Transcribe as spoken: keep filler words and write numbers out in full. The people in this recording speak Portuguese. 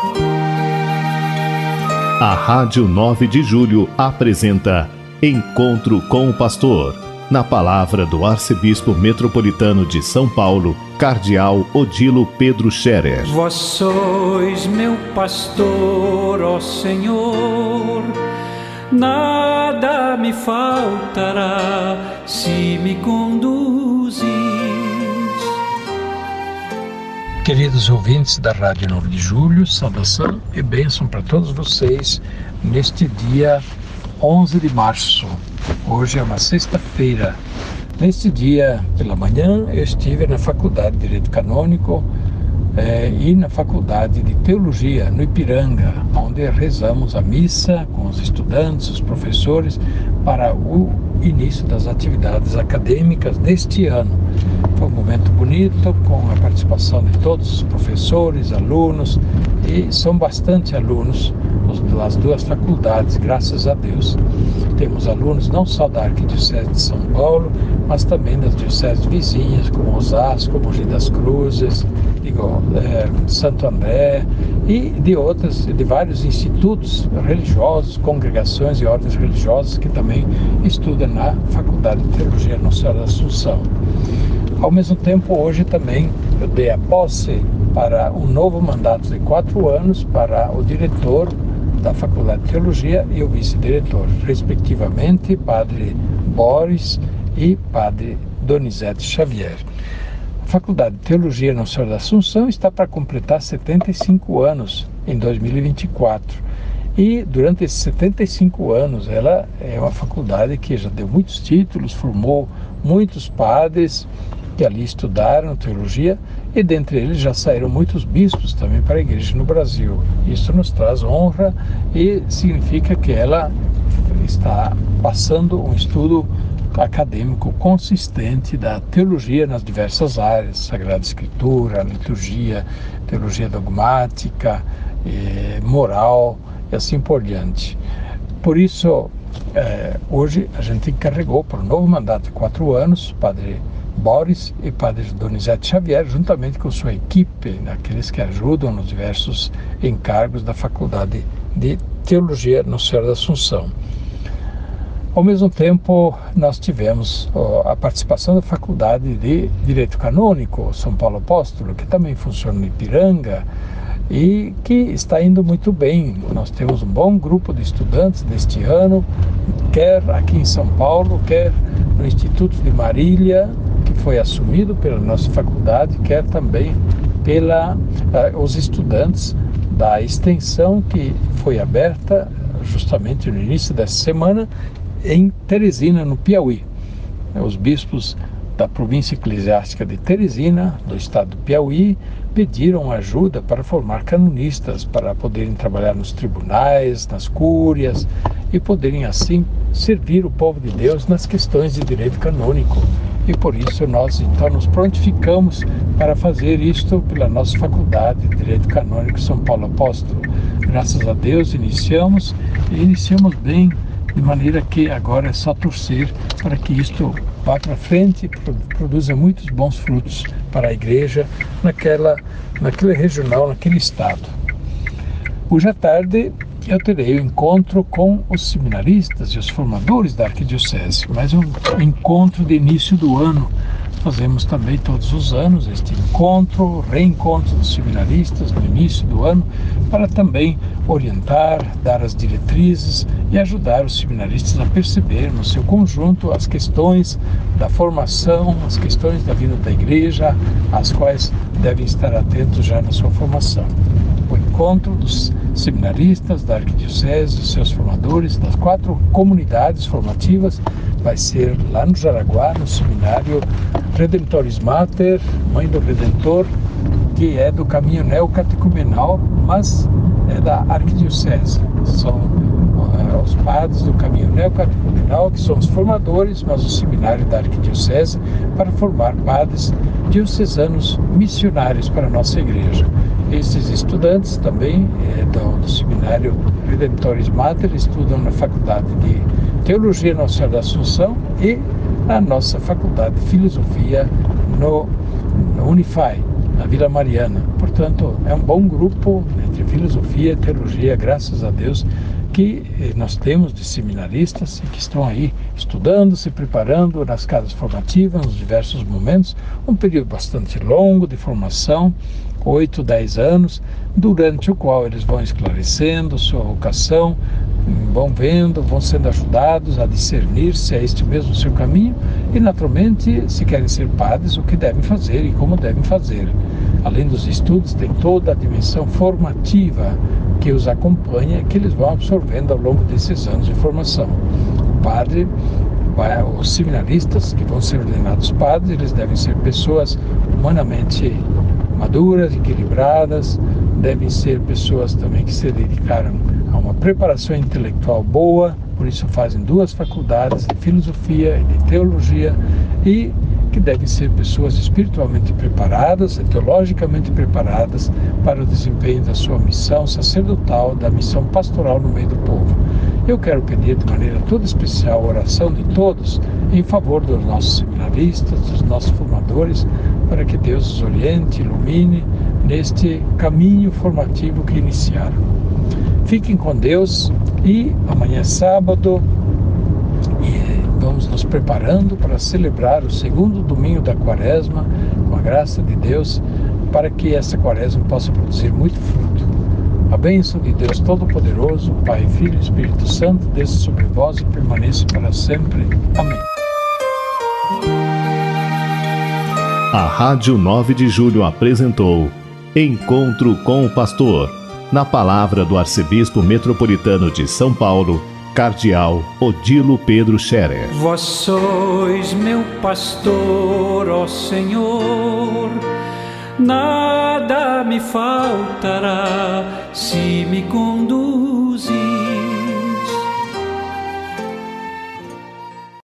A Rádio nove de Julho apresenta Encontro com o Pastor, na palavra do Arcebispo Metropolitano de São Paulo, Cardeal Odilo Pedro Scherer. Vós sois meu pastor, ó Senhor, nada me faltará se me conduzis. Queridos ouvintes da Rádio nove de Julho, saudação e bênção para todos vocês neste dia onze de março. Hoje é uma sexta-feira. Neste dia, pela manhã, eu estive na Faculdade de Direito Canônico eh, e na Faculdade de Teologia, no Ipiranga, onde rezamos a missa com os estudantes, os professores, para o início das atividades acadêmicas deste ano. Foi um momento bonito, com a participação de todos os professores, alunos, e são bastante alunos das duas faculdades, graças a Deus. Temos alunos não só da Arquidiocese de São Paulo, mas também das dioceses vizinhas, como Osasco, Mogi das Cruzes, digo, é, Santo André, e de outras, de vários institutos religiosos, congregações e ordens religiosas que também estudam na Faculdade de Teologia Nossa Senhora da Assunção. Ao mesmo tempo, hoje também eu dei a posse para um novo mandato de quatro anos para o diretor da Faculdade de Teologia e o vice-diretor, respectivamente, Padre Boris e Padre Donizete Xavier. A Faculdade de Teologia Nossa Senhora da Assunção está para completar setenta e cinco anos em dois mil e vinte e quatro. E durante esses setenta e cinco anos, ela é uma faculdade que já deu muitos títulos, formou muitos padres que ali estudaram teologia, e dentre eles já saíram muitos bispos também para a igreja no Brasil. Isso nos traz honra e significa que ela está passando um estudo acadêmico consistente da teologia nas diversas áreas, Sagrada Escritura, liturgia, teologia dogmática, eh, moral e assim por diante. Por isso, eh, hoje a gente encarregou para um novo mandato de quatro anos, Padre Boris e Padre Donizete Xavier, juntamente com sua equipe, aqueles que ajudam nos diversos encargos da Faculdade de Teologia Nossa Senhora da Assunção. Ao mesmo tempo, nós tivemos ó, a participação da Faculdade de Direito Canônico, São Paulo Apóstolo, que também funciona no Ipiranga e que está indo muito bem. Nós temos um bom grupo de estudantes deste ano, quer aqui em São Paulo, quer no Instituto de Marília, que foi assumido pela nossa faculdade, quer também pela uh, os estudantes da extensão que foi aberta justamente no início dessa semana em Teresina, no Piauí. Os bispos da província eclesiástica de Teresina, do estado do Piauí, pediram ajuda para formar canonistas, para poderem trabalhar nos tribunais, nas cúrias e poderem assim servir o povo de Deus nas questões de direito canônico. E por isso nós então nos prontificamos para fazer isto pela nossa Faculdade de Direito Canônico São Paulo Apóstolo. Graças a Deus iniciamos e iniciamos bem, de maneira que agora é só torcer para que isto vá para frente e produza muitos bons frutos para a igreja naquela, naquele regional, naquele estado. Hoje à tarde eu terei o encontro com os seminaristas e os formadores da Arquidiocese, mas um encontro de início do ano. Fazemos também todos os anos este encontro, reencontro dos seminaristas no início do ano, para também orientar, dar as diretrizes e ajudar os seminaristas a perceber no seu conjunto as questões da formação, as questões da vida da igreja, às quais devem estar atentos já na sua formação. O encontro dos seminaristas da Arquidiocese, dos seus formadores, das quatro comunidades formativas, vai ser lá no Jaraguá, no seminário Redemptoris Mater, Mãe do Redentor, que é do caminho neocatecumenal, mas é da Arquidiocese. São uh, os padres do caminho neocatecumenal, que são os formadores, mas o seminário da Arquidiocese, para formar padres diocesanos missionários para a nossa igreja. Esses estudantes também é, do, do seminário Redemptoris Mater estudam na Faculdade de Teologia Nossa Senhora da Assunção e na nossa Faculdade de Filosofia no, no Unify, na Vila Mariana. Portanto, é um bom grupo entre filosofia e teologia, graças a Deus, que nós temos de seminaristas que estão aí estudando, se preparando nas casas formativas, nos diversos momentos, um período bastante longo de formação, oito, dez anos, durante o qual eles vão esclarecendo sua vocação, vão vendo, vão sendo ajudados a discernir se é este mesmo o seu caminho e, naturalmente, se querem ser padres, o que devem fazer e como devem fazer. Além dos estudos, tem toda a dimensão formativa que os acompanha, que eles vão absorvendo ao longo desses anos de formação. O padre, os seminaristas que vão ser ordenados padres, eles devem ser pessoas humanamente maduras, equilibradas, devem ser pessoas também que se dedicaram a uma preparação intelectual boa, por isso fazem duas faculdades de filosofia e de teologia, e que devem ser pessoas espiritualmente preparadas, teologicamente preparadas para o desempenho da sua missão sacerdotal, da missão pastoral no meio do povo. Eu quero pedir de maneira toda especial a oração de todos em favor dos nossos seminaristas, dos nossos formadores, para que Deus os oriente, ilumine neste caminho formativo que iniciaram. Fiquem com Deus e amanhã é sábado e vamos nos preparando para celebrar o segundo domingo da Quaresma, com a graça de Deus, para que essa Quaresma possa produzir muito fruto. A bênção de Deus Todo-Poderoso, Pai, Filho e Espírito Santo, desça sobre vós e permaneça para sempre. Amém. A Rádio nove de Julho apresentou Encontro com o Pastor, na palavra do Arcebispo Metropolitano de São Paulo, Cardeal Odilo Pedro Scherer. Vós sois meu pastor, ó Senhor, nada me faltará se me conduz